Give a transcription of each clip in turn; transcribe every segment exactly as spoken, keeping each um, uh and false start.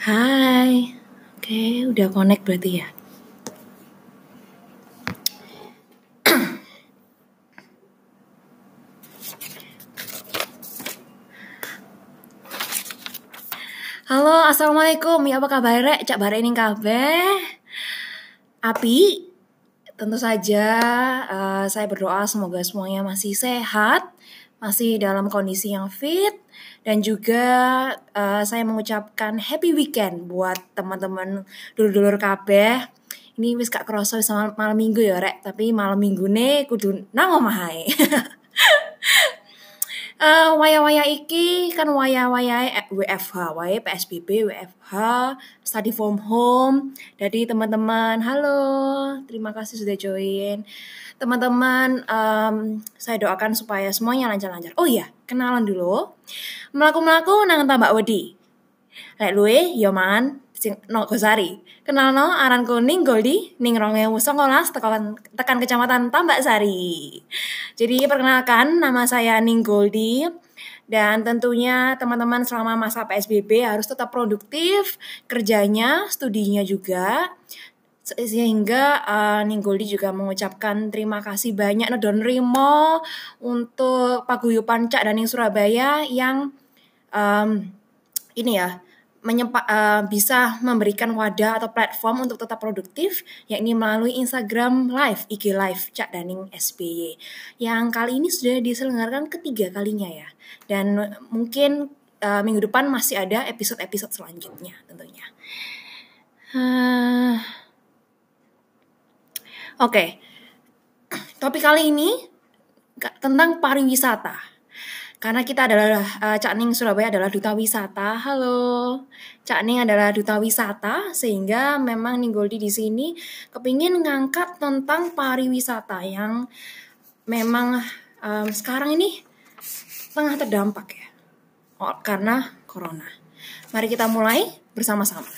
Hai, oke udah connect berarti ya. Halo, assalamualaikum. Ya apa kabar rek? Cak bare ning kabeh. Api. Tentu saja uh, saya berdoa semoga semuanya masih sehat, masih dalam kondisi yang fit, dan juga uh, saya mengucapkan happy weekend buat teman-teman dulur-dulur kabeh. Ini wis gak kerasa wis malam, malam minggu ya rek, tapi malam minggune kudu nang omah ae. Uh, waya-waya iki kan waya-waya W F H, waya P S B B, W F H, study from home. Jadi teman-teman, halo, terima kasih sudah join. Teman-teman, um, saya doakan supaya semuanya lancar-lancar. Oh iya, kenalan dulu. Melaku-melaku nang tambak wedi. Lek luwe, yo man, sing no Gosari. Kenalno aranku Ning Goldi, ning rong ewu songolas tekan tekan Kecamatan Tambak Sari. Jadi perkenalkan, nama saya Ning Goldi. Dan tentunya teman-teman selama masa P S B B harus tetap produktif, kerjanya, studinya juga. Sehingga uh, Ning Goldi juga mengucapkan terima kasih banyak Don Rimo untuk paguyupan Cak Daning Surabaya yang um, ini ya, Menyempa, uh, bisa memberikan wadah atau platform untuk tetap produktif, yakni melalui Instagram Live, I G Live Cak Daning S B Y, yang kali ini sudah diselenggarakan ketiga kalinya ya, dan mungkin uh, minggu depan masih ada episode-episode selanjutnya tentunya. Uh, Oke, okay. Topik kali ini tentang pariwisata. Karena kita adalah, uh, Cak Ning Surabaya adalah duta wisata. Halo, Cak Ning adalah duta wisata, sehingga memang Ning Goldi di sini kepingin ngangkat tentang pariwisata yang memang um, sekarang ini tengah terdampak ya, oh, karena corona. Mari kita mulai bersama-sama.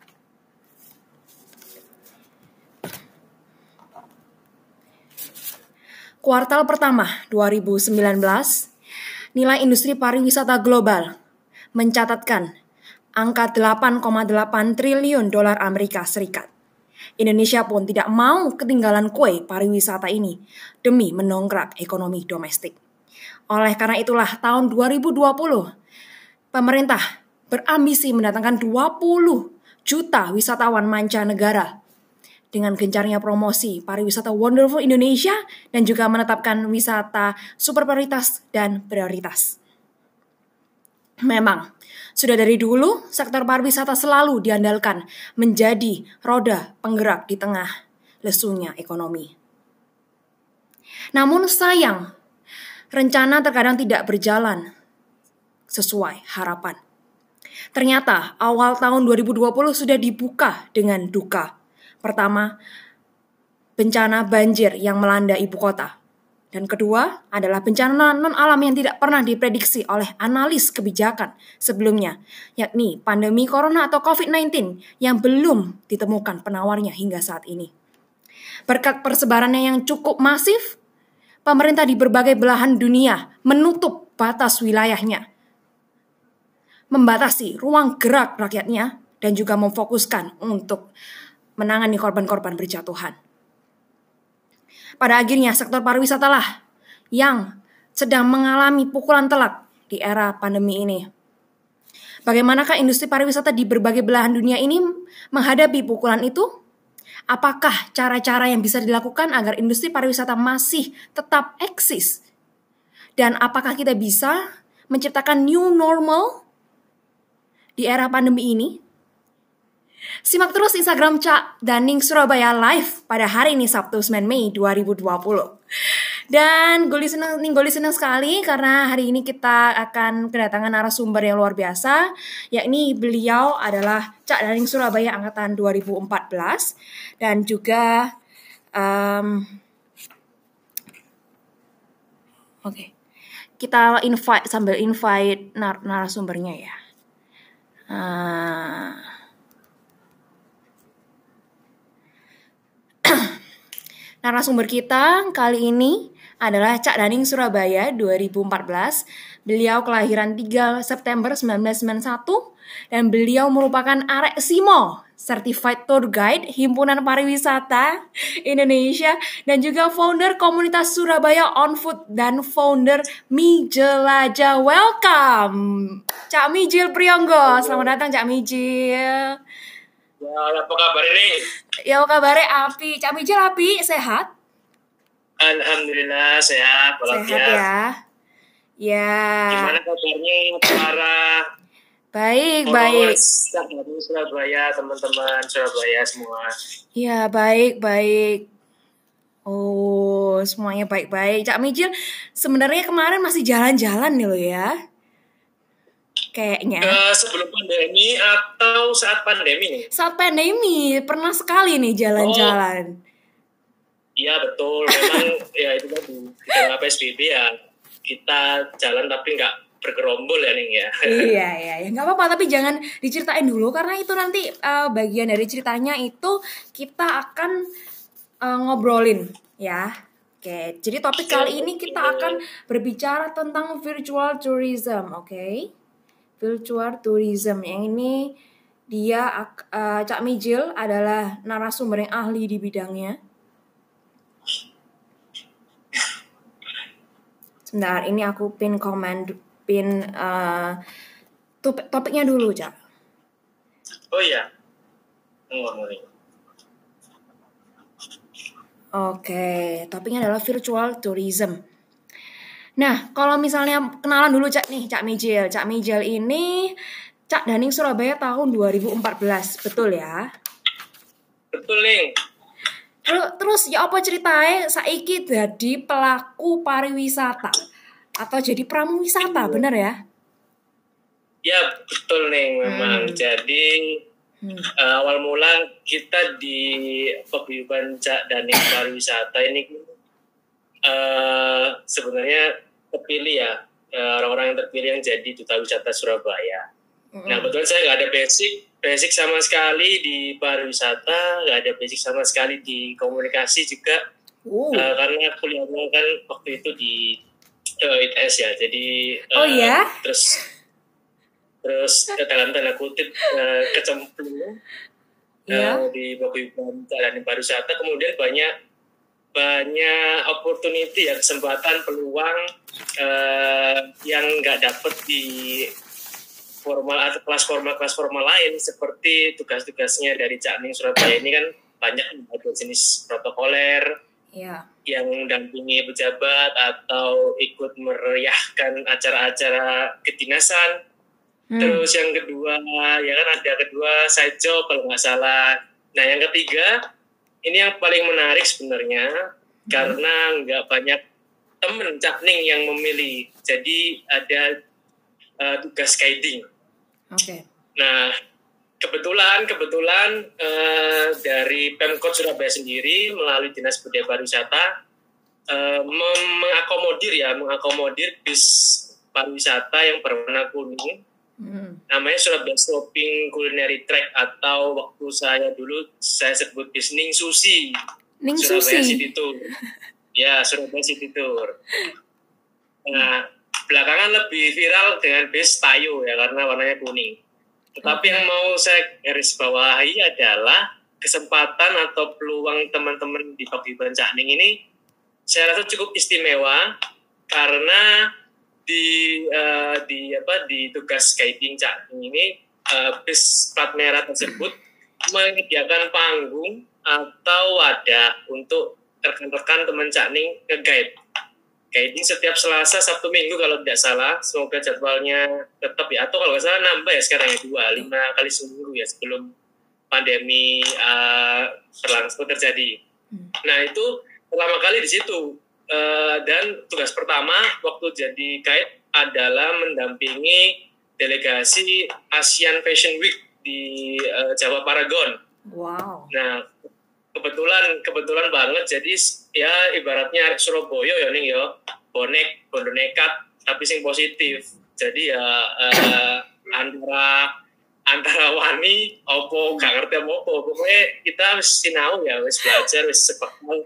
Kuartal pertama dua ribu sembilan belas, nilai industri pariwisata global mencatatkan angka delapan koma delapan triliun dolar Amerika Serikat. Indonesia pun tidak mau ketinggalan kue pariwisata ini demi mendongkrak ekonomi domestik. Oleh karena itulah tahun dua ribu dua puluh, pemerintah berambisi mendatangkan dua puluh juta wisatawan mancanegara dengan gencarnya promosi pariwisata Wonderful Indonesia dan juga menetapkan wisata super prioritas dan prioritas. Memang, sudah dari dulu sektor pariwisata selalu diandalkan menjadi roda penggerak di tengah lesunya ekonomi. Namun sayang, rencana terkadang tidak berjalan sesuai harapan. Ternyata awal tahun dua ribu dua puluh sudah dibuka dengan duka. Pertama, bencana banjir yang melanda ibu kota. Dan kedua adalah bencana non-alam yang tidak pernah diprediksi oleh analis kebijakan sebelumnya, yakni pandemi corona atau covid sembilan belas yang belum ditemukan penawarnya hingga saat ini. Berkat persebarannya yang cukup masif, pemerintah di berbagai belahan dunia menutup batas wilayahnya, membatasi ruang gerak rakyatnya, dan juga memfokuskan untuk menangani korban-korban berjatuhan. Pada akhirnya sektor pariwisata lah yang sedang mengalami pukulan telak di era pandemi ini. Bagaimanakah industri pariwisata di berbagai belahan dunia ini menghadapi pukulan itu? Apakah cara-cara yang bisa dilakukan agar industri pariwisata masih tetap eksis? Dan apakah kita bisa menciptakan new normal di era pandemi ini? Simak terus Instagram Cak Daning Surabaya Live pada hari ini Sabtu sembilan Mei dua ribu dua puluh. Dan Goldi senang, nih Goldi senang sekali karena hari ini kita akan kedatangan narasumber yang luar biasa, yakni beliau adalah Cak Daning Surabaya angkatan dua ribu empat belas dan juga um, oke okay. Kita invite sambil invite nar- narasumbernya ya. Uh, Narasumber kita kali ini adalah Cak Daning Surabaya dua ribu empat belas. Beliau kelahiran tiga September seribu sembilan ratus sembilan puluh satu dan beliau merupakan Arek Simo, Certified Tour Guide Himpunan Pariwisata Indonesia dan juga founder komunitas Surabaya On Food dan founder Mi Jelajah. Welcome Cak Mijil Priyonggo. Selamat datang Cak Mijil. Ya, apa kabar ini? Ya, kabarnya api. Cak Mijil api, sehat? Alhamdulillah sehat, sehat ya. Ya. Gimana kabarnya para baik baik Surabaya, teman-teman Surabaya semua? Ya baik baik. Oh, semuanya baik-baik. Cak Mijil sebenarnya kemarin masih jalan-jalan nih lo ya. Kayaknya. Uh, sebelum pandemi atau saat pandemi nih? Saat pandemi pernah sekali nih jalan-jalan. Oh. Iya betul, memang ya itu tadi di tengah P S B B ya kita jalan tapi nggak bergerombol ya nih ya. Iya iya ya nggak apa-apa, tapi jangan diceritain dulu karena itu nanti uh, bagian dari ceritanya itu kita akan uh, ngobrolin ya. Oke, jadi topik kali ini kita akan berbicara tentang virtual tourism, oke? Okay? Virtual tourism yang ini dia uh, Cak Mijil adalah narasumber yang ahli di bidangnya. Sebentar, ini aku pin komen, pin uh, topiknya dulu, Cak. Oh iya. Oke, topiknya adalah virtual tourism. Nah, kalau misalnya kenalan dulu, Cak nih, Cak Mijil. Cak Mijil ini Cak Daning Surabaya tahun dua ribu empat belas, betul ya? Betul, nih. Terus ya apa ceritanya saiki jadi pelaku pariwisata atau jadi pramu wisata, benar ya? Ya betul nih memang. Hmm. Jadi hmm. uh, awal mula kita di paguyuban Cak Daning Pariwisata ini uh, sebenarnya terpilih ya uh, orang-orang yang terpilih yang jadi duta wisata Surabaya. Hmm. Nah betul saya nggak ada basic. Basic sama sekali di pariwisata, nggak ada basic sama sekali di komunikasi juga, uh. Uh, karena kuliahnya kan waktu itu di uh, I T S ya, jadi uh, oh ya, terus terus dalam tanda kutip uh, kecemplung yeah. uh, di paguyuban Daning Pariwisata, kemudian banyak banyak opportunity ya, kesempatan peluang uh, yang nggak dapet di formal atau kelas formal kelas formal lain seperti tugas-tugasnya dari Cak Daning Surabaya ini kan banyak ada jenis protokoler yeah. yang mendampingi pejabat atau ikut meriahkan acara-acara kedinasan. Hmm. Terus yang kedua ya kan ada kedua side job kalau nggak salah. Nah yang ketiga ini yang paling menarik sebenarnya hmm. karena nggak banyak temen Cak Ning yang memilih. Jadi ada uh, tugas guiding. Oke. Okay. Nah, kebetulan kebetulan uh, dari Pemkot Surabaya sendiri melalui Dinas Budaya Pariwisata uh, mengakomodir ya, mengakomodir bis pariwisata yang berwarna kuning. Hmm. Namanya Surabaya Shopping Culinary Track atau waktu saya dulu saya sebut bis Ning Susi. Ning Surabaya Susi. City Tour. Ya, Surabaya City Tour. Nah, belakangan lebih viral dengan bis Tayo ya karena warnanya kuning. Tetapi okay. yang mau saya garis bawahi adalah kesempatan atau peluang teman-teman di paguyuban Cak Ning ini saya rasa cukup istimewa karena di uh, di apa di tugas guiding Cak Ning ini uh, bis plat merah tersebut menyediakan panggung atau wadah untuk rekan-rekan teman Cak Ning nge-guide. Guiding setiap Selasa, Sabtu, Minggu kalau tidak salah. Semoga jadwalnya tetap ya. Atau kalau nggak salah nambah ya sekarang ya dua, lima kali seminggu ya sebelum pandemi uh, berlangsung terjadi. Hmm. Nah itu pertama kali di situ. Uh, dan tugas pertama waktu jadi guide adalah mendampingi delegasi Asian Fashion Week di uh, Jawa Paragon. Wow. Nah kebetulan kebetulan banget jadi ya ibaratnya Surabaya ya nih ya bonek bondo nekat tapi sing positif jadi ya uh, antara antara wani opo gak ngerti apa pokoknya kita wis sinau ya wis belajar wis sebakal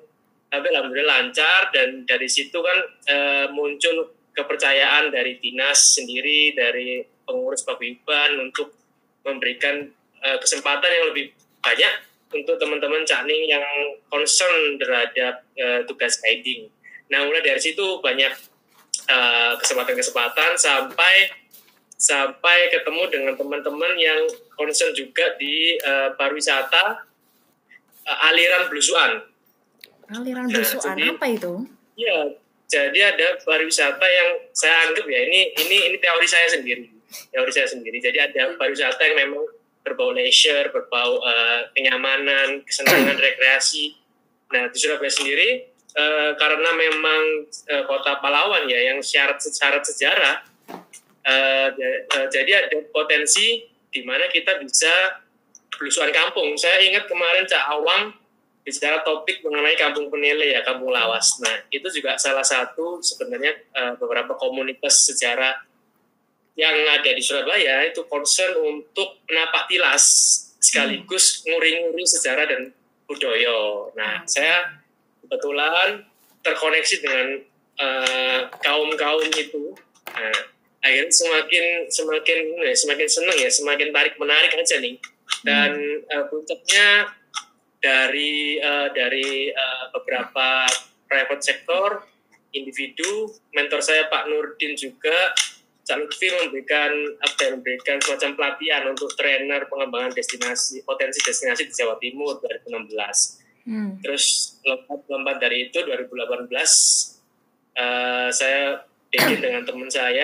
tapi alhamdulillah lancar, dan dari situ kan uh, muncul kepercayaan dari dinas sendiri, dari pengurus paguyuban untuk memberikan uh, kesempatan yang lebih banyak untuk teman-teman Cakning yang concern terhadap uh, tugas guiding. Nah, mulai dari situ banyak uh, kesempatan-kesempatan sampai sampai ketemu dengan teman-teman yang concern juga di uh, pariwisata uh, aliran belusuan. Aliran belusuan, nah, apa itu? Ya, jadi ada pariwisata yang saya anggap ya ini ini ini teori saya sendiri, teori saya sendiri. Jadi ada pariwisata yang memang berbau leisure, berbau uh, kenyamanan, kesenangan, rekreasi. Nah, di Surabaya sendiri uh, karena memang uh, kota pahlawan ya yang syarat syarat sejarah, uh, uh, jadi ada potensi di mana kita bisa belusuan kampung. Saya ingat kemarin Cak Awang bicara topik mengenai Kampung Penele ya, Kampung Lawas. Nah, itu juga salah satu sebenarnya uh, beberapa komunitas sejarah yang ada di Surabaya itu concern untuk menapak tilas sekaligus nguri-nguri sejarah dan budaya. Nah, saya kebetulan terkoneksi dengan uh, kaum-kaum itu. Nah, akhirnya semakin semakin semakin senang ya, semakin tarik menarik aja nih. Dan uh, puncaknya dari uh, dari uh, beberapa private sector, individu, mentor saya Pak Nurdin juga, Cak Lutfi memberikan apa memberikan semacam pelatihan untuk trainer pengembangan destinasi potensi destinasi di Jawa Timur dua ribu enam belas. Hmm. Terus lompat dari itu dua ribu delapan belas uh, saya bikin dengan teman saya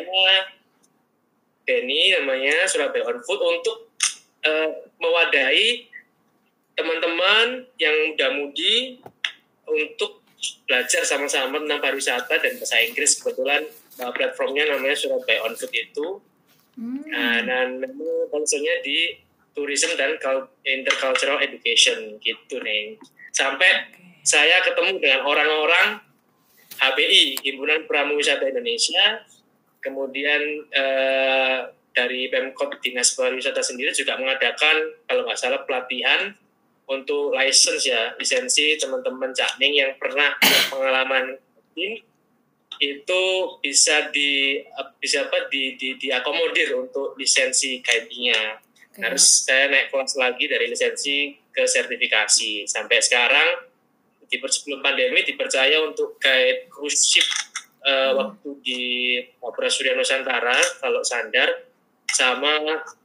Denny namanya Surabaya On Food untuk uh, mewadahi teman-teman yang muda-mudi untuk belajar sama-sama tentang pariwisata dan bahasa Inggris. Kebetulan uh, platformnya namanya Surabaya On Food itu. Hmm. Nah, dan memang concernnya di tourism dan intercultural education gitu nih. Sampai saya ketemu dengan orang-orang H P I, Himpunan Pramuwisata Indonesia, kemudian uh, dari Pemkot Dinas Pariwisata sendiri juga mengadakan kalau nggak salah pelatihan untuk license ya, lisensi teman-teman Cakning yang pernah pengalaman ini itu bisa di bisa apa di di diakomodir untuk lisensi guiding-nya. Okay. Harus saya naik kelas lagi dari lisensi ke sertifikasi. Sampai sekarang di sebelum pandemi dipercaya untuk guide cruise ship uh, hmm. waktu di Opera Surya Nusantara kalau Sandar, sama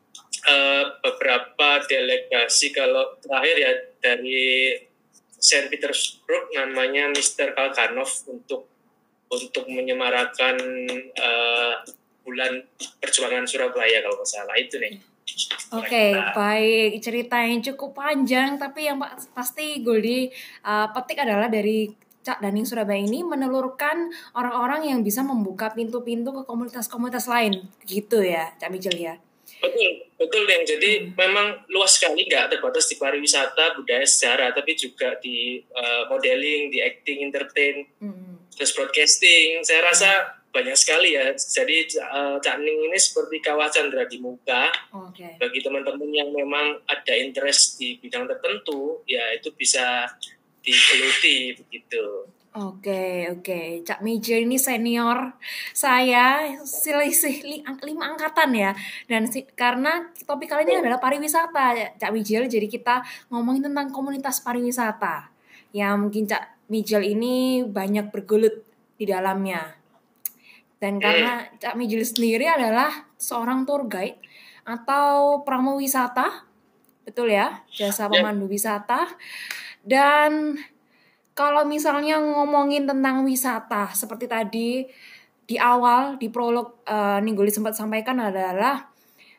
Uh, beberapa delegasi kalau terakhir ya dari Saint Petersburg namanya mister Kalkanov untuk untuk menyemarakan uh, bulan perjuangan Surabaya kalau nggak salah itu nih. Oke, okay, baik, cerita yang cukup panjang tapi yang pasti Goldie uh, petik adalah dari Cak Daning Surabaya ini menelurkan orang-orang yang bisa membuka pintu-pintu ke komunitas-komunitas lain gitu ya Cak Mijil ya. Betul, betul Deng. Jadi hmm. memang luas sekali, nggak terbatas di pariwisata, budaya, sejarah, tapi juga di uh, modeling, di acting, entertain, hmm. terus broadcasting. Saya rasa hmm. banyak sekali ya. Jadi uh, Cakning ini seperti kawah candra di muka. Okay. Bagi teman-teman yang memang ada interest di bidang tertentu, ya itu bisa digeluti begitu. Oke, oke. Cak Mijil ini senior saya, selisih lima angkatan ya. Dan si, karena topik kali ini adalah pariwisata, Cak Mijil. Jadi kita ngomongin tentang komunitas pariwisata. Yang mungkin Cak Mijil ini banyak bergelut di dalamnya. Dan karena Cak Mijil sendiri adalah seorang tour guide atau pramuwisata, betul ya? Jasa pemandu wisata. Dan kalau misalnya ngomongin tentang wisata, seperti tadi di awal, di prolog uh, Ninggoli sempat sampaikan adalah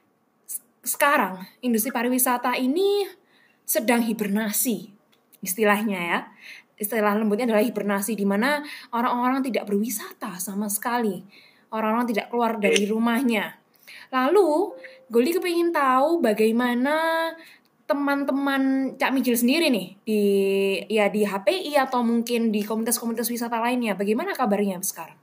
sekarang industri pariwisata ini sedang hibernasi, istilahnya ya. Istilah lembutnya adalah hibernasi, di mana orang-orang tidak berwisata sama sekali. Orang-orang tidak keluar dari rumahnya. Lalu, Goldie kepingin tahu bagaimana teman-teman Cak Mijil sendiri nih di ya di H P I atau mungkin di komunitas-komunitas wisata lainnya, bagaimana kabarnya sekarang?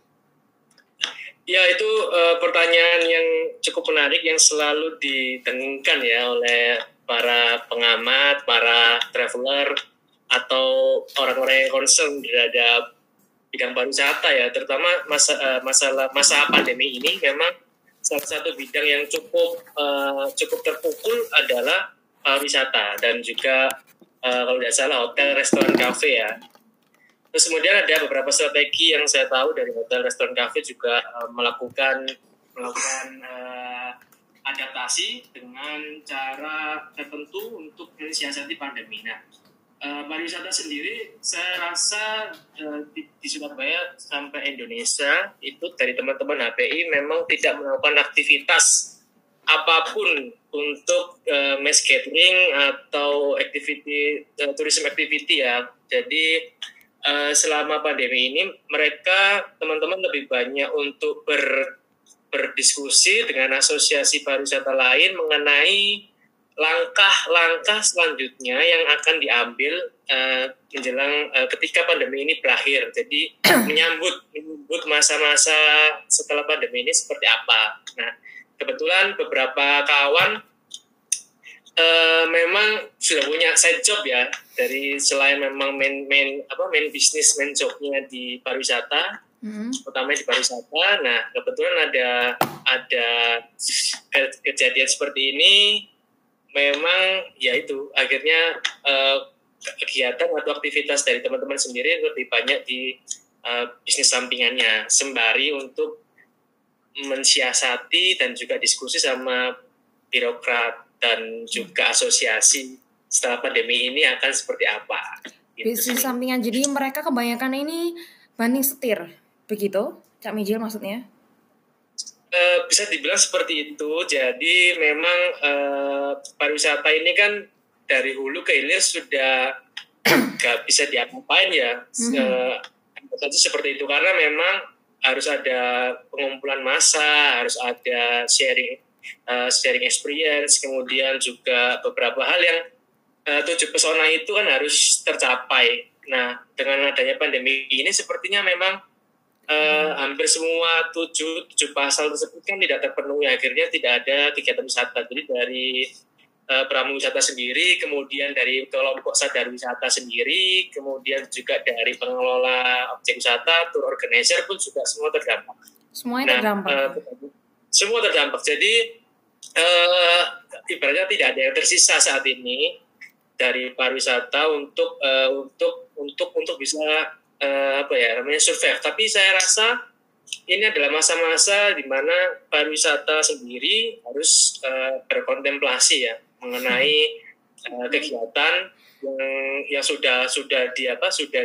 Ya itu uh, pertanyaan yang cukup menarik yang selalu didengungkan ya oleh para pengamat, para traveler. atau orang-orang yang concern terhadap bidang pariwisata ya, terutama masa uh, masalah masa pandemi ini memang salah satu bidang yang cukup uh, cukup terpukul adalah pariwisata dan juga uh, kalau tidak salah hotel, restoran, kafe ya. Terus kemudian ada beberapa strategi yang saya tahu dari hotel, restoran, kafe juga uh, melakukan melakukan uh, adaptasi dengan cara tertentu untuk mensiasati pandemi. Nah, uh, pariwisata sendiri saya rasa uh, di, di Surabaya sampai Indonesia itu dari teman-teman H P I memang tidak melakukan aktivitas apapun untuk uh, mass gathering atau activity uh, tourism activity ya. Jadi Uh, selama pandemi ini mereka teman-teman lebih banyak untuk ber, berdiskusi dengan asosiasi pariwisata lain mengenai langkah-langkah selanjutnya yang akan diambil uh, menjelang uh, ketika pandemi ini berakhir. Jadi menyambut menyambut masa-masa setelah pandemi ini seperti apa. Nah, kebetulan beberapa kawan Uh, memang sudah punya side job ya, dari selain memang main main apa main bisnis main jobnya di pariwisata, mm-hmm. utamanya di pariwisata. Nah, kebetulan ada ada ke- kejadian seperti ini, memang ya itu akhirnya uh, kegiatan atau aktivitas dari teman-teman sendiri lebih banyak di uh, bisnis sampingannya, sembari untuk mensiasati dan juga diskusi sama birokrat dan juga asosiasi setelah pandemi ini akan seperti apa. Gitu. Bisnis sampingan, jadi mereka kebanyakan ini banding setir, begitu? Cak Mijil maksudnya? Uh, bisa dibilang seperti itu. Jadi memang uh, pariwisata ini kan dari hulu ke hilir sudah gak bisa diapain ya. Mm-hmm. Uh, seperti itu karena memang harus ada pengumpulan massa, harus ada sharing Uh, sharing experience, kemudian juga beberapa hal yang uh, tujuh pesona itu kan harus tercapai. Nah, dengan adanya pandemi ini sepertinya memang uh, hampir semua tujuh, tujuh pasal tersebut kan tidak terpenuhi. Akhirnya tidak ada kegiatan wisata. Jadi dari uh, pramu wisata sendiri, kemudian dari kelompok sadar wisata sendiri, kemudian juga dari pengelola objek wisata, tour organizer pun juga semua terdampak. Semuanya nah, terdampak. Uh, semua terdampak. Jadi uh, ibaratnya tidak ada yang tersisa saat ini dari pariwisata untuk uh, untuk untuk untuk bisa uh, apa ya namanya survive. Tapi saya rasa ini adalah masa-masa di mana pariwisata sendiri harus uh, berkontemplasi ya mengenai uh, kegiatan yang yang sudah sudah di apa sudah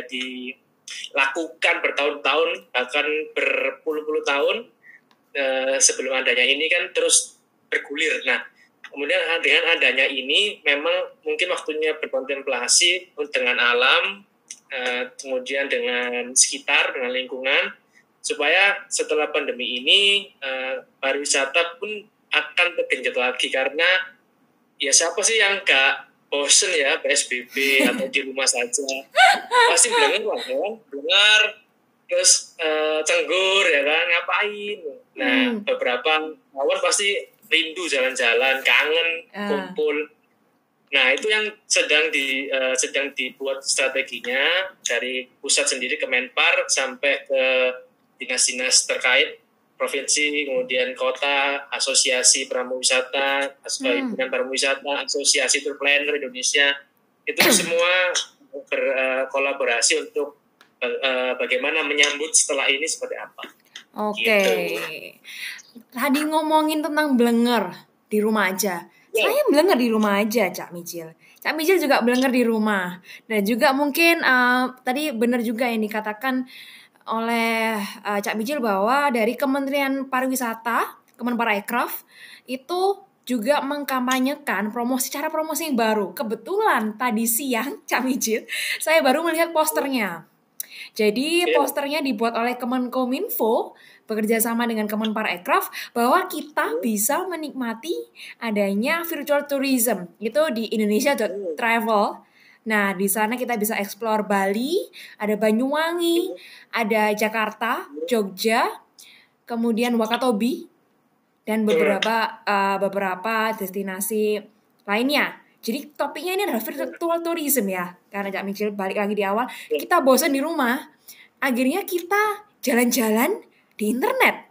dilakukan bertahun-tahun bahkan berpuluh-puluh tahun. Uh, sebelum adanya ini kan terus bergulir. Nah, kemudian dengan adanya ini memang mungkin waktunya berkontemplasi dengan alam, uh, kemudian dengan sekitar, dengan lingkungan, supaya setelah pandemi ini uh, pariwisata pun akan tergenjot lagi karena ya siapa sih yang gak bosen ya P S B B atau di rumah saja, pasti belengar lah kan, belengar terus uh, cenggur ya kan, ngapain. Nah, hmm. beberapa kawan pasti rindu jalan-jalan, kangen, uh. kumpul. Nah, itu yang sedang di uh, sedang dibuat strateginya dari pusat sendiri, Kemenpar sampai ke dinas-dinas terkait, provinsi, kemudian kota, asosiasi pramuwisata, asosiasi hmm. pramuwisata, asosiasi tour planner Indonesia. Itu semua berkolaborasi uh, untuk uh, bagaimana menyambut setelah ini seperti apa. Oke. Okay. Gitu. Tadi ngomongin tentang blenger di rumah aja. Yeah. Saya blenger di rumah aja, Cak Mijil. Cak Mijil juga blenger di rumah. Dan juga mungkin uh, tadi benar juga yang dikatakan oleh uh, Cak Mijil bahwa dari Kementerian Pariwisata, Kemenparekraf itu juga mengkampanyekan promosi cara promosi yang baru. Kebetulan tadi siang, Cak Mijil, saya baru melihat posternya. Jadi posternya dibuat oleh Kemenkominfo bekerja sama dengan Kemenparekraf bahwa kita bisa menikmati adanya virtual tourism itu di indonesia dot travel. Nah, di sana kita bisa explore Bali, ada Banyuwangi, ada Jakarta, Jogja, kemudian Wakatobi dan beberapa uh, beberapa destinasi lainnya. Jadi topiknya ini adalah virtual tourism ya. Karena Cak Mijil balik lagi di awal, kita bosan di rumah. Akhirnya kita jalan-jalan di internet.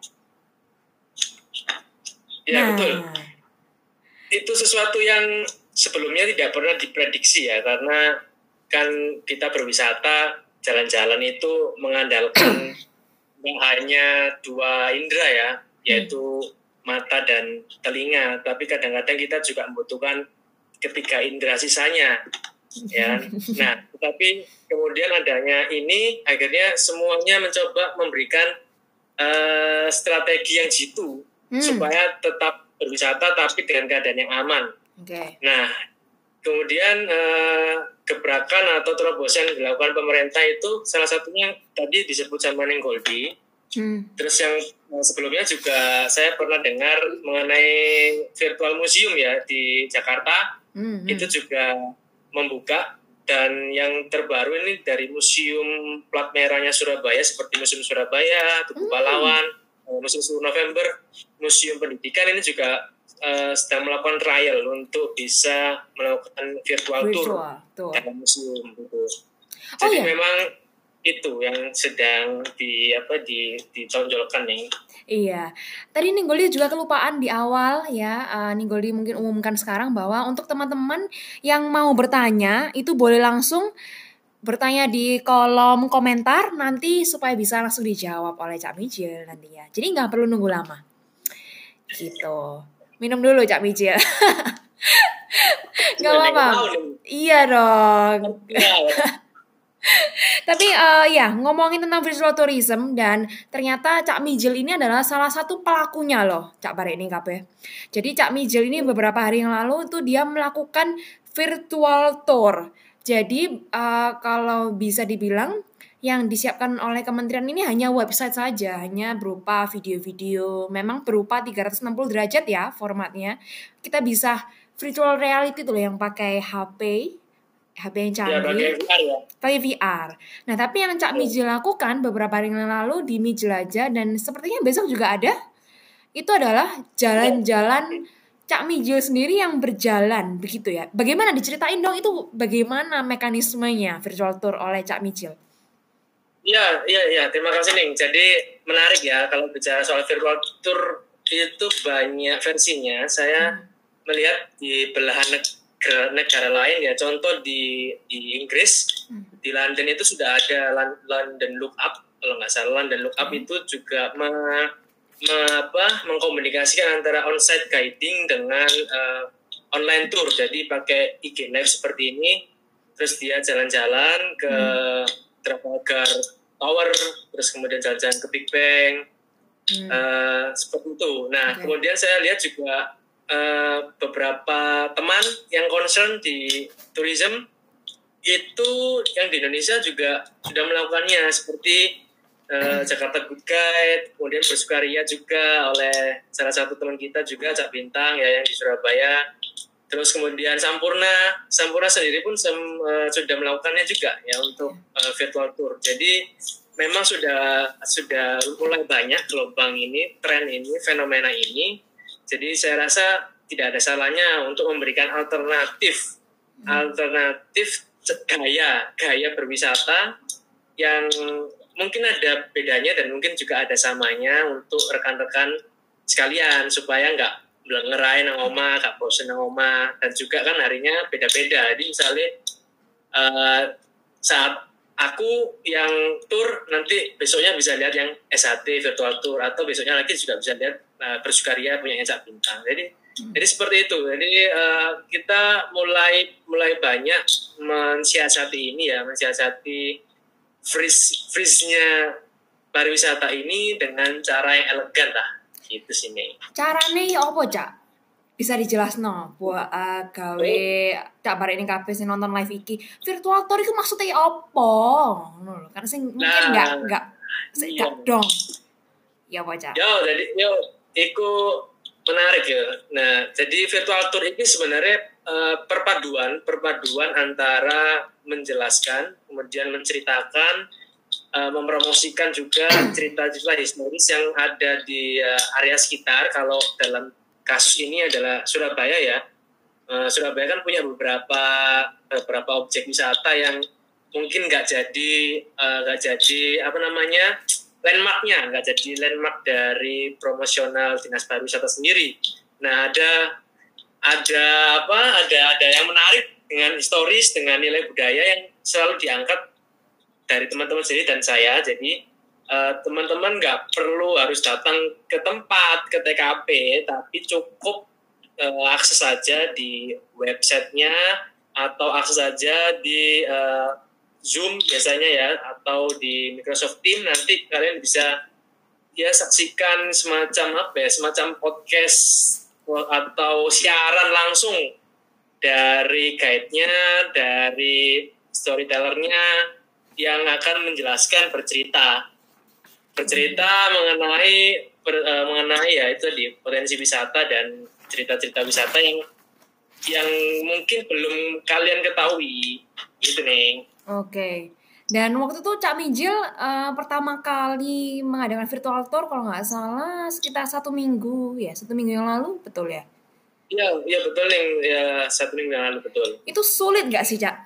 Ya, nah, betul. Itu sesuatu yang sebelumnya tidak pernah diprediksi ya, karena kan kita berwisata, jalan-jalan itu mengandalkan hanya dua indera ya, yaitu mata dan telinga. Tapi kadang-kadang kita juga membutuhkan ketiga indera sisanya, ya. Nah, tetapi kemudian adanya ini, akhirnya semuanya mencoba memberikan uh, strategi yang jitu hmm. supaya tetap berwisata tapi dengan keadaan yang aman. Okay. Nah, kemudian uh, gebrakan atau terobosan yang dilakukan pemerintah itu salah satunya tadi disebut sama Neng Goldi. Hmm. Terus yang sebelumnya juga saya pernah dengar mengenai virtual museum ya di Jakarta. Hmm. Itu juga membuka, dan yang terbaru ini dari Museum Plat Merahnya Surabaya seperti Museum Surabaya, Tugu Pahlawan, hmm. Museum sepuluh November, Museum Pendidikan ini juga uh, sedang melakukan trial untuk bisa melakukan virtual, virtual tour dalam museum gitu. Jadi oh, ya? Memang itu yang sedang di apa di ditonjolkan nih. Iya, tadi Ninggoli juga kelupaan di awal ya. Uh, Ninggoli mungkin umumkan sekarang bahwa untuk teman-teman yang mau bertanya itu boleh langsung bertanya di kolom komentar nanti supaya bisa langsung dijawab oleh Cak Mijil nantinya. Jadi nggak perlu nunggu lama. Gitu. Minum dulu Cak Mijil. Nggak apa-apa. Iya dong. Tapi uh, ya ngomongin tentang virtual tourism, dan ternyata Cak Mijil ini adalah salah satu pelakunya loh Cak Bare ini kape. Jadi Cak Mijil ini beberapa hari yang lalu itu dia melakukan virtual tour. Jadi uh, kalau bisa dibilang yang disiapkan oleh kementerian ini hanya website saja, hanya berupa video-video, memang berupa tiga ratus enam puluh derajat ya formatnya. Kita bisa virtual reality tuh loh yang pakai H P. H P yang canggih, ya, pakai V R ya. Pakai V R. Nah, tapi yang Cak Mijil lakukan beberapa hari yang lalu di Mijil aja, dan sepertinya besok juga ada, itu adalah jalan-jalan Cak Mijil sendiri yang berjalan, begitu ya. Bagaimana, diceritain dong itu bagaimana mekanismenya virtual tour oleh Cak Mijil? Iya, iya, iya. Terima kasih, Ning. Jadi menarik ya kalau bicara soal virtual tour, itu banyak versinya. Saya hmm. melihat di belahan negara ke negara lain ya, contoh di di Inggris, hmm. di London itu sudah ada London Look Up, kalau nggak salah London Look Up hmm. itu juga me, me, apa, mengkomunikasikan antara on-site guiding dengan uh, online tour. Jadi pakai I G Live seperti ini, terus dia jalan-jalan ke hmm. Trafalgar Tower, terus kemudian jalan-jalan ke Big Ben, hmm. uh, seperti itu. Nah, okay. kemudian saya lihat juga Uh, beberapa teman yang concern di tourism itu yang di Indonesia juga sudah melakukannya, seperti uh, Jakarta Good Guide, kemudian bersukaria juga oleh salah satu teman kita juga Cak Bintang ya yang di Surabaya, terus kemudian Sampurna Sampurna sendiri pun sem, uh, sudah melakukannya juga ya untuk uh, virtual tour. Jadi memang sudah sudah mulai banyak gelombang ini, tren ini, fenomena ini. Jadi saya rasa tidak ada salahnya untuk memberikan alternatif, hmm. alternatif gaya, gaya berwisata yang mungkin ada bedanya dan mungkin juga ada samanya untuk rekan-rekan sekalian supaya nggak ngerain nang oma, nggak bosen nang oma, dan juga kan harinya beda-beda. Jadi misalnya uh, saat aku yang tour nanti besoknya bisa lihat yang S H T virtual tour, atau besoknya lagi juga bisa lihat uh, bersukaria punya Cak Bintang. Jadi hmm. jadi seperti itu. Jadi uh, kita mulai mulai banyak mensiasati ini ya, mensiasati freeze freeze-nya pariwisata ini dengan cara yang elegan lah. Gitu sih nih. Caranya ya apa, Cak? Bisa dijelaskan no, buat uh, gawe Cak Bare ini kabeh sing nonton live iki. Virtual tour itu maksudnya apa? Ngono lho. Kan sing mungkin nah, enggak enggak iya. dong. Ya apa, Cak? Yo, jadi yo iku menarik ya. Nah, jadi virtual tour ini sebenarnya uh, perpaduan perpaduan antara menjelaskan, kemudian menceritakan, uh, mempromosikan juga cerita-cerita historis yang ada di uh, area sekitar. Kalau dalam kasus ini adalah Surabaya ya, uh, Surabaya kan punya beberapa beberapa objek wisata yang mungkin nggak jadi nggak uh, jadi apa namanya landmarknya, nggak jadi landmark dari promosional Dinas Pariwisata sendiri. Nah ada ada apa ada ada yang menarik dengan historis, dengan nilai budaya yang selalu diangkat dari teman-teman sendiri dan saya. Jadi uh, teman-teman nggak perlu harus datang ke tempat, ke T K P, tapi cukup uh, akses saja di websitenya atau akses saja di uh, Zoom biasanya ya, atau di Microsoft Teams. Nanti kalian bisa ya saksikan semacam apa ya, semacam podcast atau siaran langsung dari guide-nya, dari storytellernya yang akan menjelaskan bercerita bercerita mengenai ber, uh, mengenai ya itu di potensi wisata dan cerita-cerita wisata yang yang mungkin belum kalian ketahui gitu nih. Oke. Dan waktu itu Cak Mijil uh, pertama kali mengadakan virtual tour kalau nggak salah sekitar satu minggu ya, satu minggu yang lalu, betul ya? Iya, iya betul yang ya, satu minggu yang lalu betul. Itu sulit nggak sih Cak?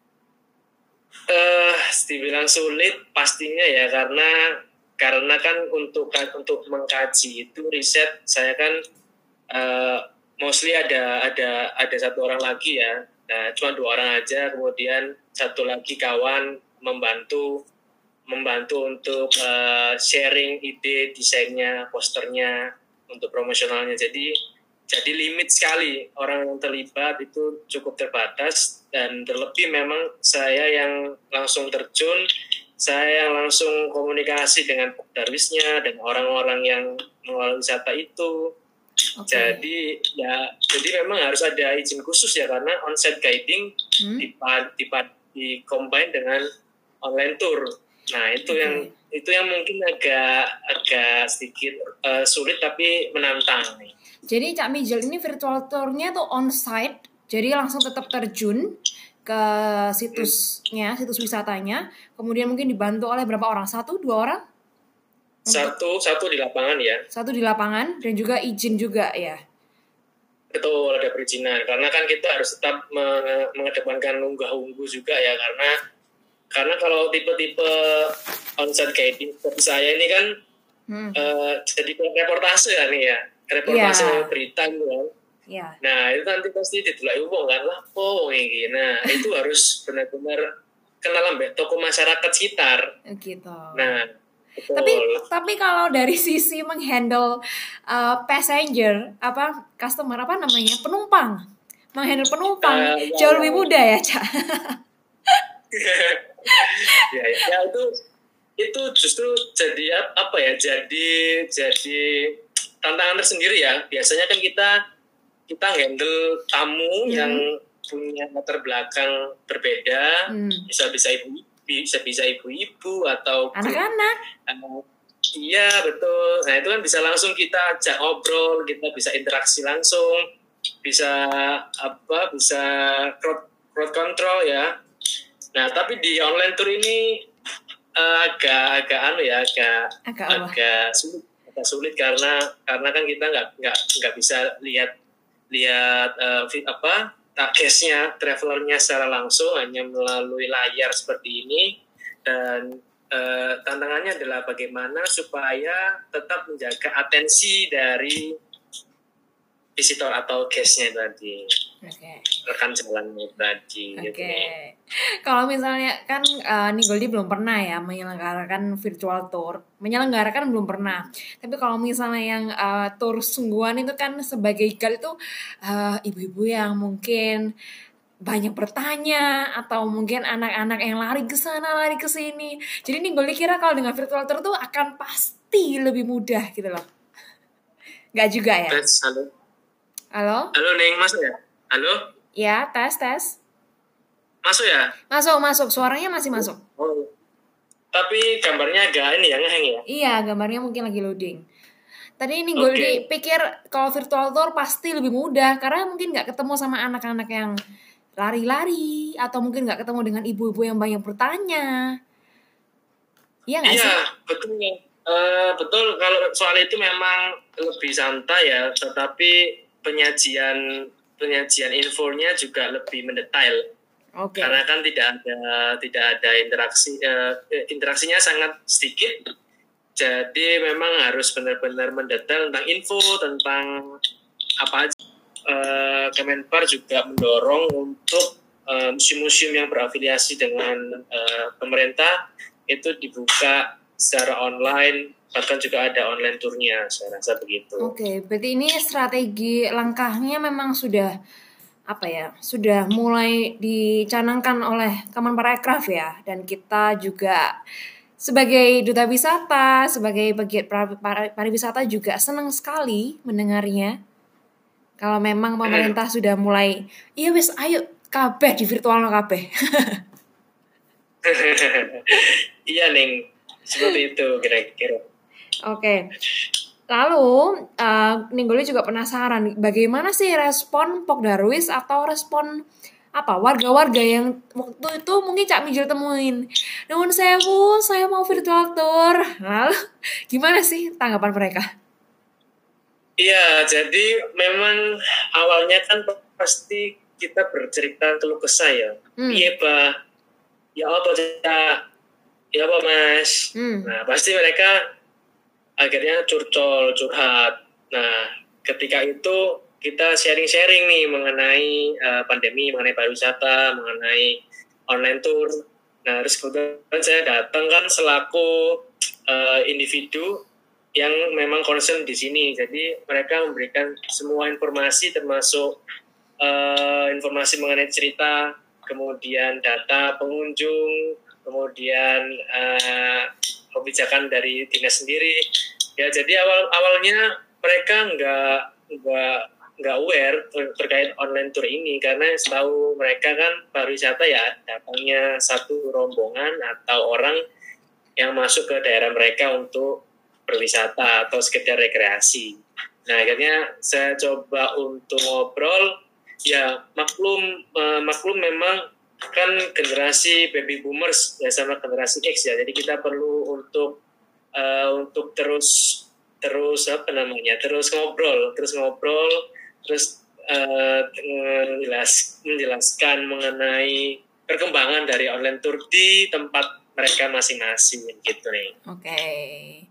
Eh, uh, dibilang sulit pastinya ya, karena karena kan untuk untuk mengkaji itu riset saya kan uh, mostly ada ada ada satu orang lagi ya. Nah, cuma dua orang aja, kemudian satu lagi kawan membantu membantu untuk uh, sharing ide desainnya, posternya, untuk promosionalnya. Jadi jadi limit sekali orang yang terlibat, itu cukup terbatas, dan terlebih memang saya yang langsung terjun, saya yang langsung komunikasi dengan darwisnya dan orang-orang yang mengelola wisata itu. Okay. Jadi ya, jadi memang harus ada izin khusus ya, karena on-site guiding hmm? dipad, dipad, di-combine dengan online tour. Nah itu okay. yang itu yang mungkin agak agak sedikit uh, sulit tapi menantang nih. Jadi Cak Mijil ini virtual tour-nya tuh on-site, jadi langsung tetap terjun ke situsnya, situs wisatanya, kemudian mungkin dibantu oleh berapa orang? Satu, dua orang? Satu, satu di lapangan ya. Satu di lapangan dan juga izin juga ya. Betul, ada perizinan. Karena kan kita harus tetap mengedepankan unggah-ungguh juga ya, karena karena kalau tipe-tipe on-site guiding seperti saya ini kan hmm. uh, jadi reportase ya nih ya, reportase yeah. berita gitu kan. Yeah. Nah itu nanti pasti ditulai umum kan lah, oh ini. Nah itu harus benar-benar kenal ambek toko masyarakat sekitar. Gitu. Nah. Betul. Tapi tapi kalau dari sisi menghandle uh, passenger apa customer apa namanya penumpang, menghandle penumpang uh, ya, jauh ya. lebih mudah ya Cak. ya, ya, ya itu itu justru jadi apa ya jadi jadi tantangan tersendiri ya. Biasanya kan kita kita handle tamu hmm. yang punya latar belakang berbeda, hmm. bisa bisa ibu bisa bisa ibu-ibu atau anak-anak. Uh, iya betul. Nah itu kan bisa langsung kita ajak ngobrol, kita bisa interaksi langsung, bisa apa bisa crowd crowd control ya. Nah tapi di online tour ini uh, agak agak anu ya agak agak, agak sulit agak sulit karena karena kan kita nggak nggak nggak bisa lihat lihat uh, apa case-nya, travelernya secara langsung, hanya melalui layar seperti ini. Dan eh, tantangannya adalah bagaimana supaya tetap menjaga atensi dari visitor atau guest-nya tadi, okay. rekan jalannya tadi. Oke. Okay. Gitu. Kalau misalnya kan uh, nih Goldie belum pernah ya menyelenggarakan virtual tour, menyelenggarakan belum pernah. Tapi kalau misalnya yang uh, tour sungguhan itu kan sebagai guide itu uh, ibu-ibu yang mungkin banyak bertanya atau mungkin anak-anak yang lari ke sana lari ke sini. Jadi nih Goldie kira kalau dengan virtual tour tuh akan pasti lebih mudah gitu loh. Gak juga ya? Tes, halo. Halo? Halo Neng, masuk ya? Halo? Ya, tes, tes. Masuk ya? Masuk, masuk. Suaranya masih masuk. Oh. Tapi gambarnya agak ini ya, ngeheng ya? Iya, gambarnya mungkin lagi loading. Tadi ini gue okay. pikir kalau virtual tour pasti lebih mudah, karena mungkin gak ketemu sama anak-anak yang lari-lari, atau mungkin gak ketemu dengan ibu-ibu yang banyak bertanya. Iya gak iya, sih? Iya, betul. Uh, betul, kalau soal itu memang lebih santai ya, tetapi penyajian penyajian infonya juga lebih mendetail. Oke. Karena kan tidak ada tidak ada interaksi uh, interaksinya sangat sedikit. Jadi memang harus benar-benar mendetail tentang info tentang apa aja. Uh, Kemenpar juga mendorong untuk uh, museum-museum yang berafiliasi dengan uh, pemerintah itu dibuka secara online, bahkan juga ada online tournya, saya rasa begitu. Oke, berarti ini strategi langkahnya memang sudah apa ya, sudah mulai dicanangkan oleh Kemenparekraf ya, dan kita juga sebagai duta wisata, sebagai pegiat pariwisata juga senang sekali mendengarnya. Kalau memang pemerintah hmm. sudah mulai, iya wis ayo kabeh di virtual kabeh. Iya Ning, seperti itu kira-kira. Oke. Lalu, uh, Ninggoli juga penasaran, bagaimana sih respon Pok Darwis atau respon apa warga-warga yang waktu itu mungkin Cak Mijil temuin. Nuwun sewu, saya mau virtual tour. Lalu, gimana sih tanggapan mereka? Iya, jadi memang awalnya kan pasti kita bercerita keluh kesah ya. Hmm. Iya, Pak. Ya apa, Cak? Ya apa, Mas? Hmm. Nah, pasti mereka akhirnya curcol, curhat. Nah, ketika itu kita sharing-sharing nih mengenai uh, pandemi, mengenai pariwisata, mengenai online tour. Nah, terus kemudian saya datang kan selaku uh, individu yang memang concern di sini. Jadi mereka memberikan semua informasi termasuk uh, informasi mengenai cerita, kemudian data pengunjung, kemudian uh, kebijakan dari dinas sendiri. Ya, jadi awal awalnya mereka nggak nggak nggak aware ter- terkait online tour ini, karena setahu mereka kan pariwisata ya datangnya satu rombongan atau orang yang masuk ke daerah mereka untuk berwisata atau sekedar rekreasi. Nah, akhirnya saya coba untuk ngobrol, ya maklum uh, maklum memang kan generasi baby boomers ya sama generasi X ya, jadi kita perlu untuk uh, untuk terus terus apa namanya terus ngobrol terus ngobrol terus uh, menjelas, menjelaskan mengenai perkembangan dari online tour di tempat mereka masing-masing gitu nih. Oke, okay.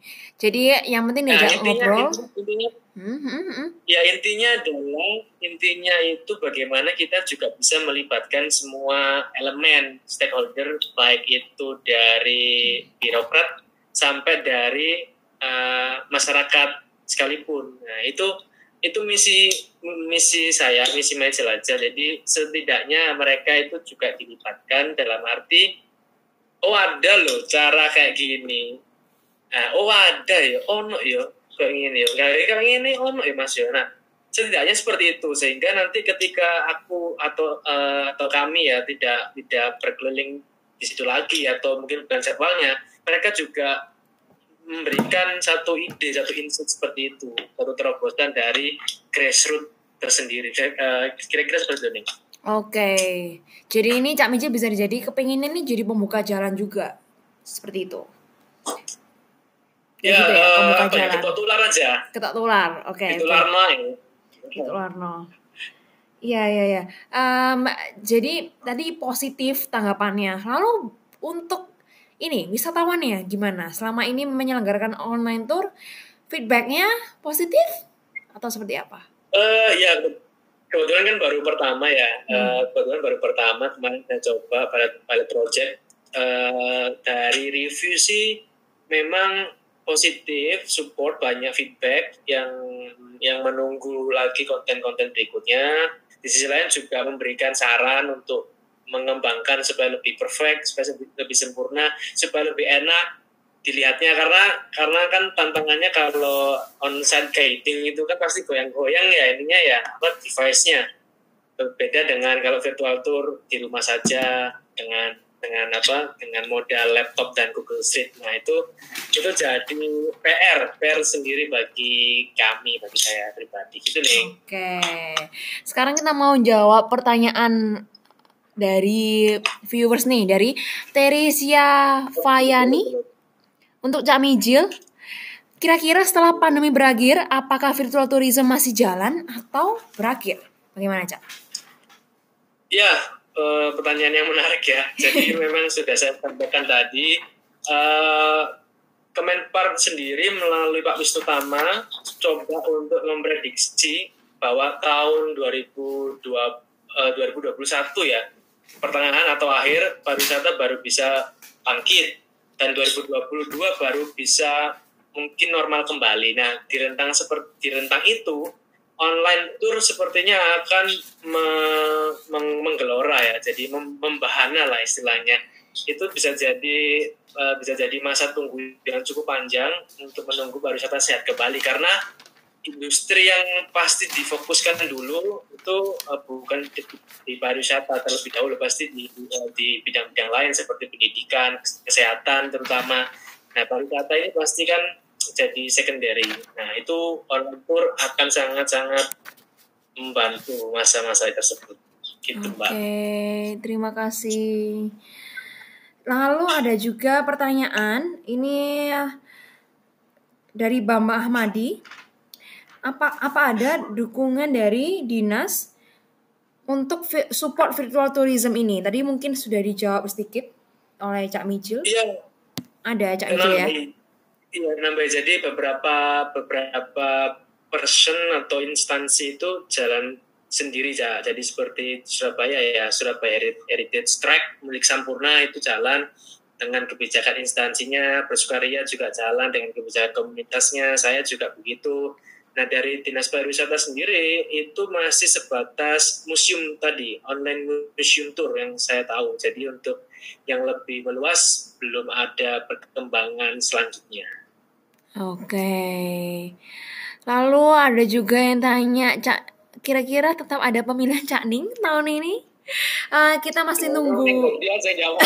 Jadi yang penting nih nah, intinya, ngobrol. Intinya, mm-hmm. ya intinya adalah intinya itu bagaimana kita juga bisa melibatkan semua elemen stakeholder, baik itu dari birokrat sampai dari uh, masyarakat sekalipun. Nah itu itu misi misi saya, misi Mijil aja. Jadi setidaknya mereka itu juga dilibatkan dalam arti, oh ada loh cara kayak gini. Nah, oh ada ya, oh no ya, kayak gini ya. Kayak gini, oh no ya Mas ya. Nah, setidaknya seperti itu sehingga nanti ketika aku atau uh, atau kami ya tidak tidak berkeliling di situ lagi atau mungkin bukan jadwalnya, mereka juga memberikan satu ide, satu insight seperti itu, satu terobosan dari grassroots tersendiri. Uh, kira-kira seperti itu nih. Oke, jadi ini Cak Mijil bisa jadi kepinginnya nih jadi pembuka jalan juga, seperti itu. Ya, ya, gitu ya, pembuka uh, jalan. Ketok tular aja. Ketok tular, oke. Okay, Tularno ya. Tularno. Iya, iya, iya. Um, jadi tadi positif tanggapannya. Lalu untuk ini wisatawannya gimana? Selama ini menyelenggarakan online tour, feedbacknya positif atau seperti apa? Eh uh, ya. Kebetulan kan baru pertama ya, hmm. uh, kebetulan baru pertama kemarin saya coba pilot, pilot project. Uh, dari review sih memang positif, support, banyak feedback yang yang menunggu lagi konten-konten berikutnya. Di sisi lain juga memberikan saran untuk mengembangkan supaya lebih perfect, supaya lebih sempurna, supaya lebih enak dilihatnya, karena karena kan tantangannya kalau on-site guiding itu kan pasti goyang-goyang ya ininya ya apa device-nya. Berbeda dengan kalau virtual tour di rumah saja dengan dengan apa dengan modal laptop dan Google Street. Nah itu itu jadi P R P R sendiri bagi kami, bagi saya pribadi gitu nih. Oke, sekarang kita mau jawab pertanyaan dari viewers nih, dari Teresia Fayani. Untuk Cak Mijil, kira-kira setelah pandemi berakhir, apakah virtual tourism masih jalan atau berakhir? Bagaimana, Cak? Ya, uh, pertanyaan yang menarik ya. Jadi memang sudah saya sampaikan tadi, uh, Kemenpar sendiri melalui Pak Wisnu Tama coba untuk memprediksi bahwa tahun dua ribu dua puluh satu ya, pertengahan atau akhir pariwisata baru bisa bangkit dan dua ribu dua puluh dua baru bisa mungkin normal kembali. Nah, di rentang seperti di rentang itu online tour sepertinya akan me- meng- menggelora ya, jadi mem- membahana lah istilahnya. Itu bisa jadi uh, bisa jadi masa tunggu yang cukup panjang untuk menunggu pariwisata sehat kembali, karena industri yang pasti difokuskan dulu itu uh, bukan di, di pariwisata terlebih dahulu, pasti di, uh, di bidang-bidang lain seperti pendidikan, kesehatan terutama. Nah, pariwisata ini pasti kan jadi secondary. Nah, itu online tour akan sangat-sangat membantu masa-masa tersebut. Gitu, Mbak. Oke, terima kasih. Lalu ada juga pertanyaan, ini dari Bambang Ahmadi. Apa apa ada dukungan dari dinas untuk vi- support virtual tourism ini? Tadi mungkin sudah dijawab sedikit oleh Cak Mijil. Iya. Ada Cak Mijil ya? Iya, nambah. Jadi beberapa beberapa person atau instansi itu jalan sendiri ya. Jadi seperti Surabaya ya, Surabaya Heritage Track milik Sampurna itu jalan dengan kebijakan instansinya, Bersukaria juga jalan dengan kebijakan komunitasnya, saya juga begitu. Nah, dari Dinas Pariwisata sendiri itu masih sebatas museum tadi, online museum tour yang saya tahu. Jadi untuk yang lebih meluas belum ada perkembangan selanjutnya. Oke. Lalu ada juga yang tanya, Cak, kira-kira tetap ada pemilihan Cak Ning tahun ini? Uh, kita masih nunggu. Dia saya jawab.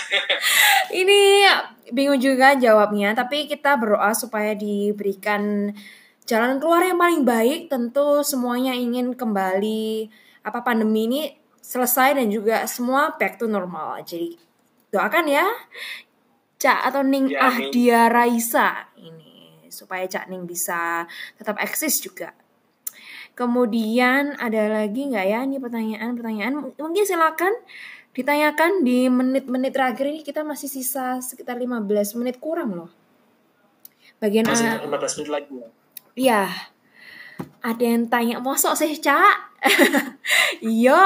Ini bingung juga jawabnya, tapi kita berdoa supaya diberikan jalan keluar yang paling baik. Tentu semuanya ingin kembali apa pandemi ini selesai dan juga semua back to normal. Jadi doakan ya, Cak atau Ning Ya, Ahdia Raisa ini supaya Cak Ning bisa tetap eksis juga. Kemudian ada lagi nggak ya ini pertanyaan-pertanyaan? Mungkin silakan ditanyakan di menit-menit terakhir ini, kita masih sisa sekitar lima belas menit kurang loh. Bagian masih lima belas menit lagi ya? Iya. Ada yang tanya, mosok sih, Cak? Iya.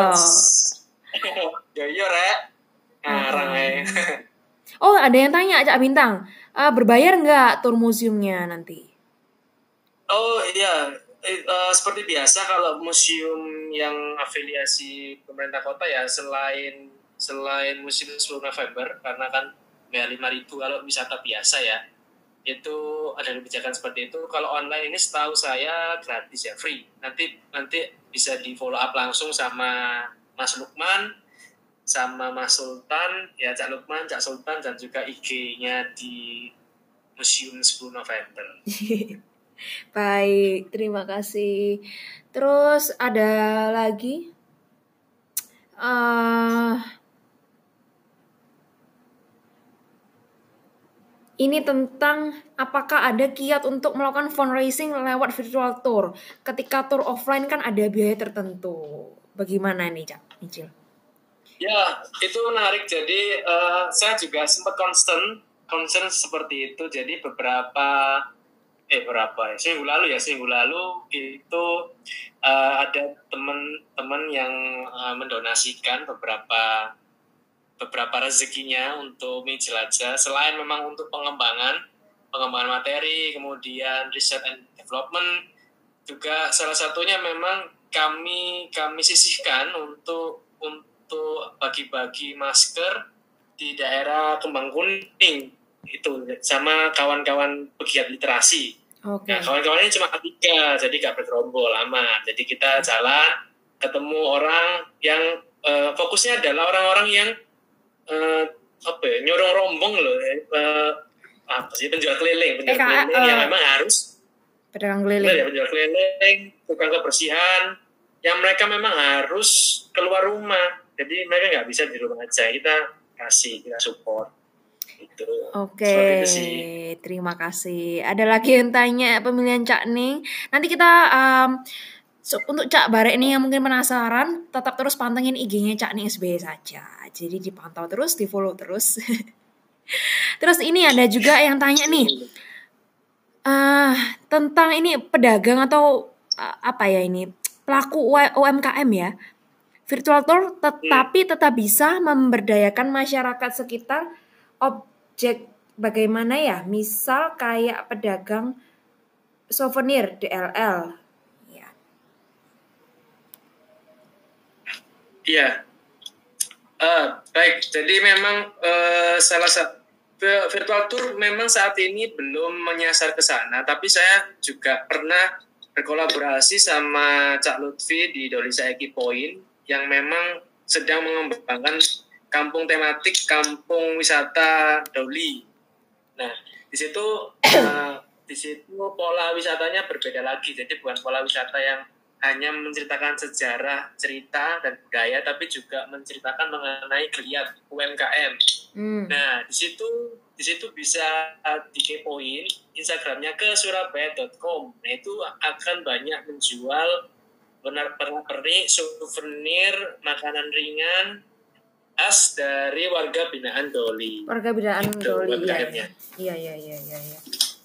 Ya iya, Rek. Ngarang aja. Oh, ada yang tanya, Cak Bintang. Uh, berbayar nggak tur museumnya nanti? Oh iya, eh, uh, seperti biasa kalau museum yang afiliasi pemerintah kota ya, selain selain museum sepuluh November, karena kan bayar lima ribu kalau wisata biasa ya, itu ada kebijakan seperti itu. Kalau online ini setahu saya gratis ya, free. Nanti nanti bisa di follow up langsung sama Mas Lukman, sama Mas Sultan, ya Cak Lukman, Cak Sultan, dan juga I G-nya di Museum sepuluh November. Baik, terima kasih. Terus ada lagi, uh, ini tentang apakah ada kiat untuk melakukan fundraising lewat virtual tour. Ketika tour offline kan ada biaya tertentu. Bagaimana nih, Cak Mijil? Ya, itu menarik. Jadi uh, saya juga sempat concern, concern seperti itu. Jadi beberapa eh berapa ya seminggu lalu ya seminggu lalu itu uh, ada teman-teman yang uh, mendonasikan beberapa beberapa rezekinya untuk Mijil aja, selain memang untuk pengembangan pengembangan materi, kemudian research and development, juga salah satunya memang kami kami sisihkan untuk untuk bagi-bagi masker di daerah Kembang Kuning itu sama kawan-kawan pegiat literasi. Okay. Nah, kawan-kawannya cuma tiga, jadi gak bergerombol lama. Jadi kita jalan, ketemu orang yang uh, fokusnya adalah orang-orang yang uh, apa ya, nyorong rombong loh, uh, apa sih, penjual keliling, penjual Eka, keliling uh, yang memang harus pedagang keliling, ya, penjual keliling, tukang kebersihan, yang mereka memang harus keluar rumah. Jadi mereka nggak bisa di rumah aja, kita kasih, kita support. Gitu. Oke, okay, terima kasih. Ada lagi yang tanya pemilihan Cak Ning. Nanti kita um, So, untuk Cak Bare ini yang mungkin penasaran, tetap terus pantengin I G-nya Cak Ning S B Y saja. Jadi dipantau terus, di-follow terus. Terus ini ada juga yang tanya nih, uh, tentang ini pedagang atau uh, apa ya ini, pelaku U M K M ya. Virtual tour tetapi tetap bisa memberdayakan masyarakat sekitar objek bagaimana ya, misal kayak pedagang souvenir D L L. Ya. Iya. Uh, baik, jadi memang uh, salah satu virtual tour memang saat ini belum menyasar ke sana, tapi saya juga pernah berkolaborasi sama Cak Lutfi di Doli Saiki Point yang memang sedang mengembangkan kampung tematik, kampung wisata Doli. Nah, di situ uh, di situ pola wisatanya berbeda lagi, jadi bukan pola wisata yang hanya menceritakan sejarah, cerita, dan budaya, tapi juga menceritakan mengenai geliat U M K M. Hmm. Nah, di situ di situ bisa dikepoin Instagramnya ke surabaya dot com. Nah, itu akan banyak menjual pernak-pernik, souvenir, makanan ringan khas dari warga binaan Doli. Warga binaan gitu, Doli, ya. Iya, iya, iya, iya. Ya.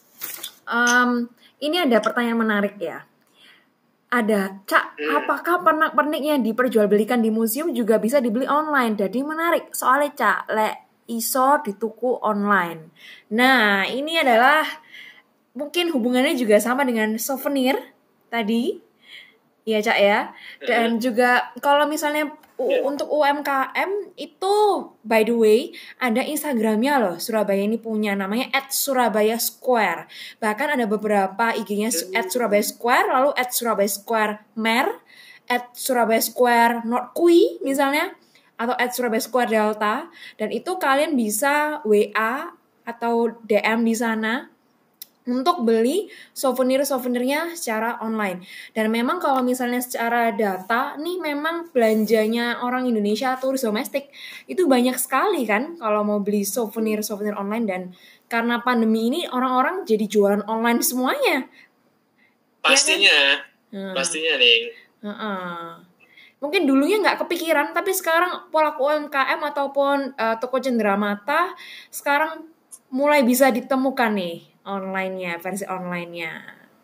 Um, ini ada pertanyaan menarik ya. Ada, Cak, hmm. apakah pernak-pernik yang diperjualbelikan di museum juga bisa dibeli online? Jadi menarik, soalnya Cak, le iso di tuku online. Nah, ini adalah mungkin hubungannya juga sama dengan souvenir tadi, ya Cak ya. Dan juga kalau misalnya u- untuk U M K M itu, by the way, ada Instagramnya loh. Surabaya ini punya, namanya at surabaya square. Bahkan ada beberapa I G-nya at surabaya square, lalu at surabaya square mer, at surabaya square North Kui misalnya, atau at surabaya square delta. Dan itu kalian bisa W A atau D M di sana untuk beli souvenir-souvenirnya secara online. Dan memang kalau misalnya secara data nih, memang belanjanya orang Indonesia turis domestik itu banyak sekali kan kalau mau beli souvenir-souvenir online. Dan karena pandemi ini orang-orang jadi jualan online semuanya. Pastinya, ya kan? hmm. pastinya nih. Uh-uh. Mungkin dulunya nggak kepikiran, tapi sekarang pelaku U M K M ataupun uh, toko cenderamata sekarang mulai bisa ditemukan nih online-nya, versi online-nya.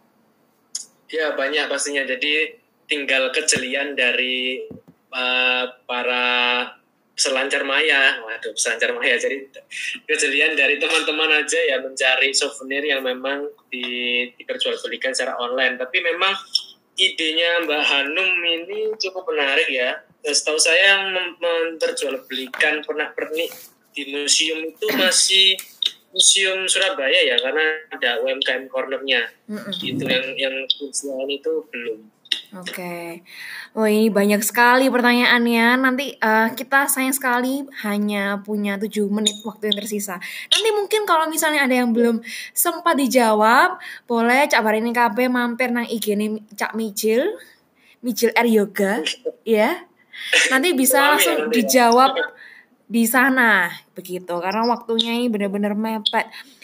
Ya, banyak pastinya. Jadi tinggal kejelian dari uh, para peselancar maya. Waduh, peselancar maya. Jadi kejelian dari teman-teman aja ya mencari souvenir yang memang di, diperjualbelikan secara online. Tapi memang idenya Mbak Hanum ini cukup menarik ya. Setahu saya yang memperjualbelikan pernak-pernik di museum itu masih Museum Surabaya ya, karena ada U M K M corner-nya. Mm-mm. Itu yang yang fungsinya itu belum. Oke. Okay. Oh, ini banyak sekali pertanyaannya. Nanti uh, kita sayang sekali hanya punya tujuh menit waktu yang tersisa. Nanti mungkin kalau misalnya ada yang belum sempat dijawab, boleh Cak Barini K B mampir nang I G ini Cak Mijil, Mijil Air Yoga, ya. Nanti bisa langsung dijawab di sana begitu, karena waktunya ini benar-benar mepet.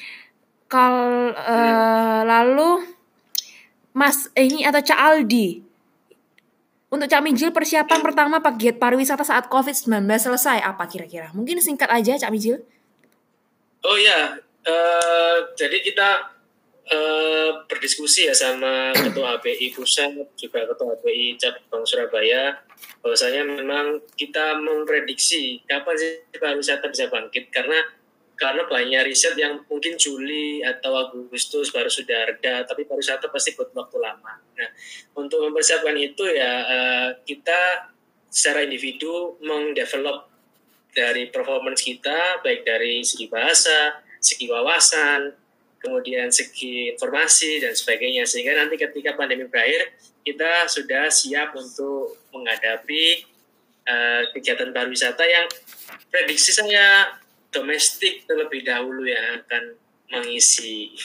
Kal uh, lalu Mas ini atau Cak Aldi, untuk Cak Mijil persiapan pertama pegiat pariwisata saat covid sembilan belas selesai apa kira-kira? Mungkin singkat aja Cak Mijil. Oh ya, uh, jadi kita uh, berdiskusi ya sama Ketua H P I Pusat, juga Ketua H P I Cabang Surabaya, bahwasanya memang kita memprediksi kapan sih pariwisata bisa bangkit, karena karena banyak riset yang mungkin Juli atau Agustus baru sudah reda, tapi pariwisata pasti butuh waktu lama. Nah, untuk mempersiapkan itu ya kita secara individu mengdevelop dari performance kita, baik dari segi bahasa, segi wawasan, kemudian segi informasi dan sebagainya, sehingga nanti ketika pandemi berakhir kita sudah siap untuk menghadapi uh, kegiatan pariwisata yang prediksi saya domestik terlebih dahulu yang akan mengisi.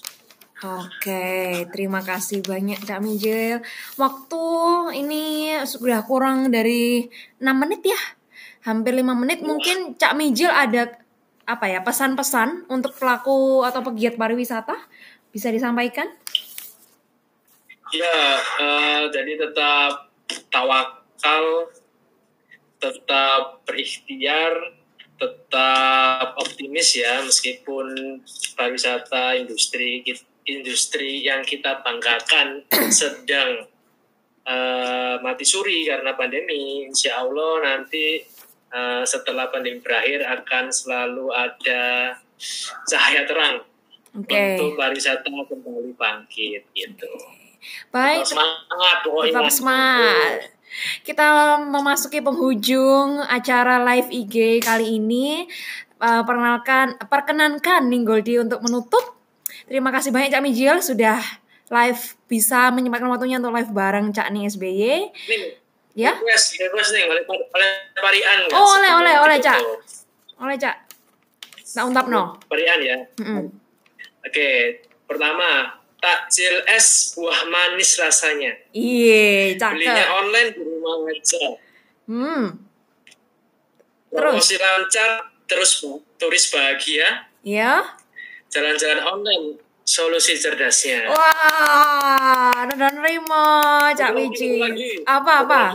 Oke, terima kasih banyak Cak Mijil. Waktu ini sudah kurang dari enam menit ya, hampir lima menit. Mungkin Cak Mijil ada apa ya, pesan-pesan untuk pelaku atau pegiat pariwisata bisa disampaikan? Ya, uh, jadi tetap tawakal, tetap berikhtiar, tetap optimis ya, meskipun pariwisata industri industri yang kita banggakan sedang uh, mati suri karena pandemi. Insya Allah nanti uh, setelah pandemi berakhir akan selalu ada cahaya terang okay. untuk pariwisata kembali bangkit gitu. Baik, tetap semangat pokoknya. Tetap semangat. Kita memasuki penghujung acara live I G kali ini. Uh, perkenalkan, perkenankan Ning Goldi untuk menutup. Terima kasih banyak Cak Mijil sudah live, bisa menyempatkan waktunya untuk live bareng Cak Ning S B Y. Ning, ya? Request, request nih, oleh oleh Parian. Oh, oleh oleh oleh Cak. Oleh Cak. Tak untap no. Parian ya. Mm-hmm. Oke, okay. Pertama, takjil es buah manis rasanya. Iya, cakep. Belinya online di rumah aja. Hmm. Terus. Promosi lancar, terus turis bahagia. Iya. Jalan-jalan online, solusi cerdasnya. Wah, udah nerima, Cak Wiji. Apa-apa?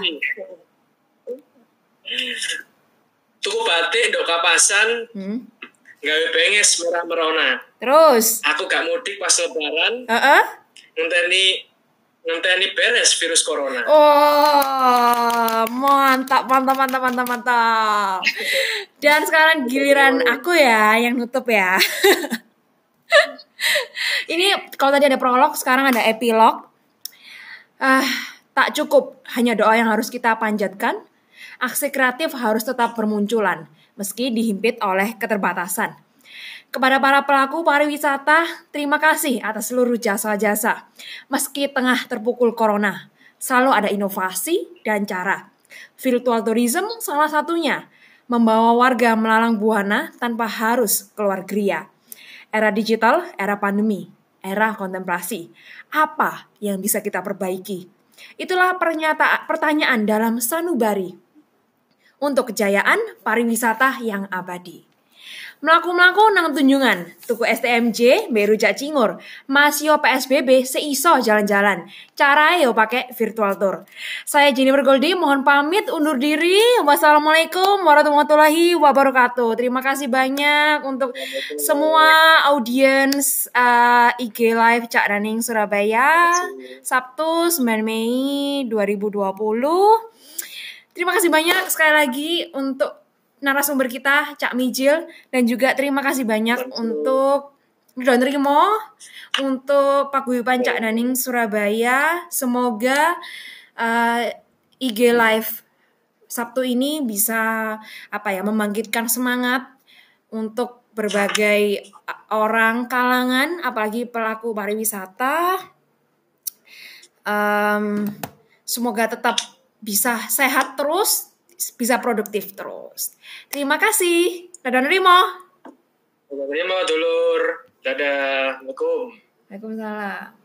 Tuku batik, dok kapasan, hmm? Gawe benges merah merona. Terus? Aku gak mudik pas lebaran. Heeh. Uh-uh. Ngenteni ngenteni beres virus corona. Oh, mantap, mantap, mantap, mantap, mantap. Dan sekarang giliran aku ya yang nutup ya. Ini kalau tadi ada prolog, sekarang ada epilog. Ah, tak cukup hanya doa yang harus kita panjatkan. Aksi kreatif harus tetap bermunculan, meski dihimpit oleh keterbatasan. Kepada para pelaku pariwisata, terima kasih atas seluruh jasa-jasa. Meski tengah terpukul corona, selalu ada inovasi dan cara. Virtual tourism salah satunya, membawa warga melalang buana tanpa harus keluar geria. Era digital, era pandemi, era kontemplasi. Apa yang bisa kita perbaiki? Itulah pernyataan pertanyaan dalam sanubari untuk kejayaan pariwisata yang abadi. Melaku-melaku nang tunjungan, tuku S T M J, beru jak cingur, masio P S B B seiso jalan-jalan. Cara yo pakai virtual tour. Saya Jennifer Goldi, mohon pamit undur diri. Wassalamualaikum warahmatullahi wabarakatuh. Terima kasih banyak untuk semua audiens uh, I G Live Cak Daning Surabaya, Sabtu sembilan Mei dua ribu dua puluh. Terima kasih banyak sekali lagi untuk narasumber kita Cak Mijil, dan juga terima kasih banyak Terima. untuk Don Rimo, untuk Paguyuban Cak Daning Surabaya. Semoga uh, I G Live Sabtu ini bisa apa ya membangkitkan semangat untuk berbagai orang kalangan, apalagi pelaku pariwisata. Um, semoga tetap bisa sehat terus, bisa produktif terus. Terima kasih. Dadah Nerimo. Dadah Nerimo dulur. Dadah. Assalamualaikum. Waalaikumsalam.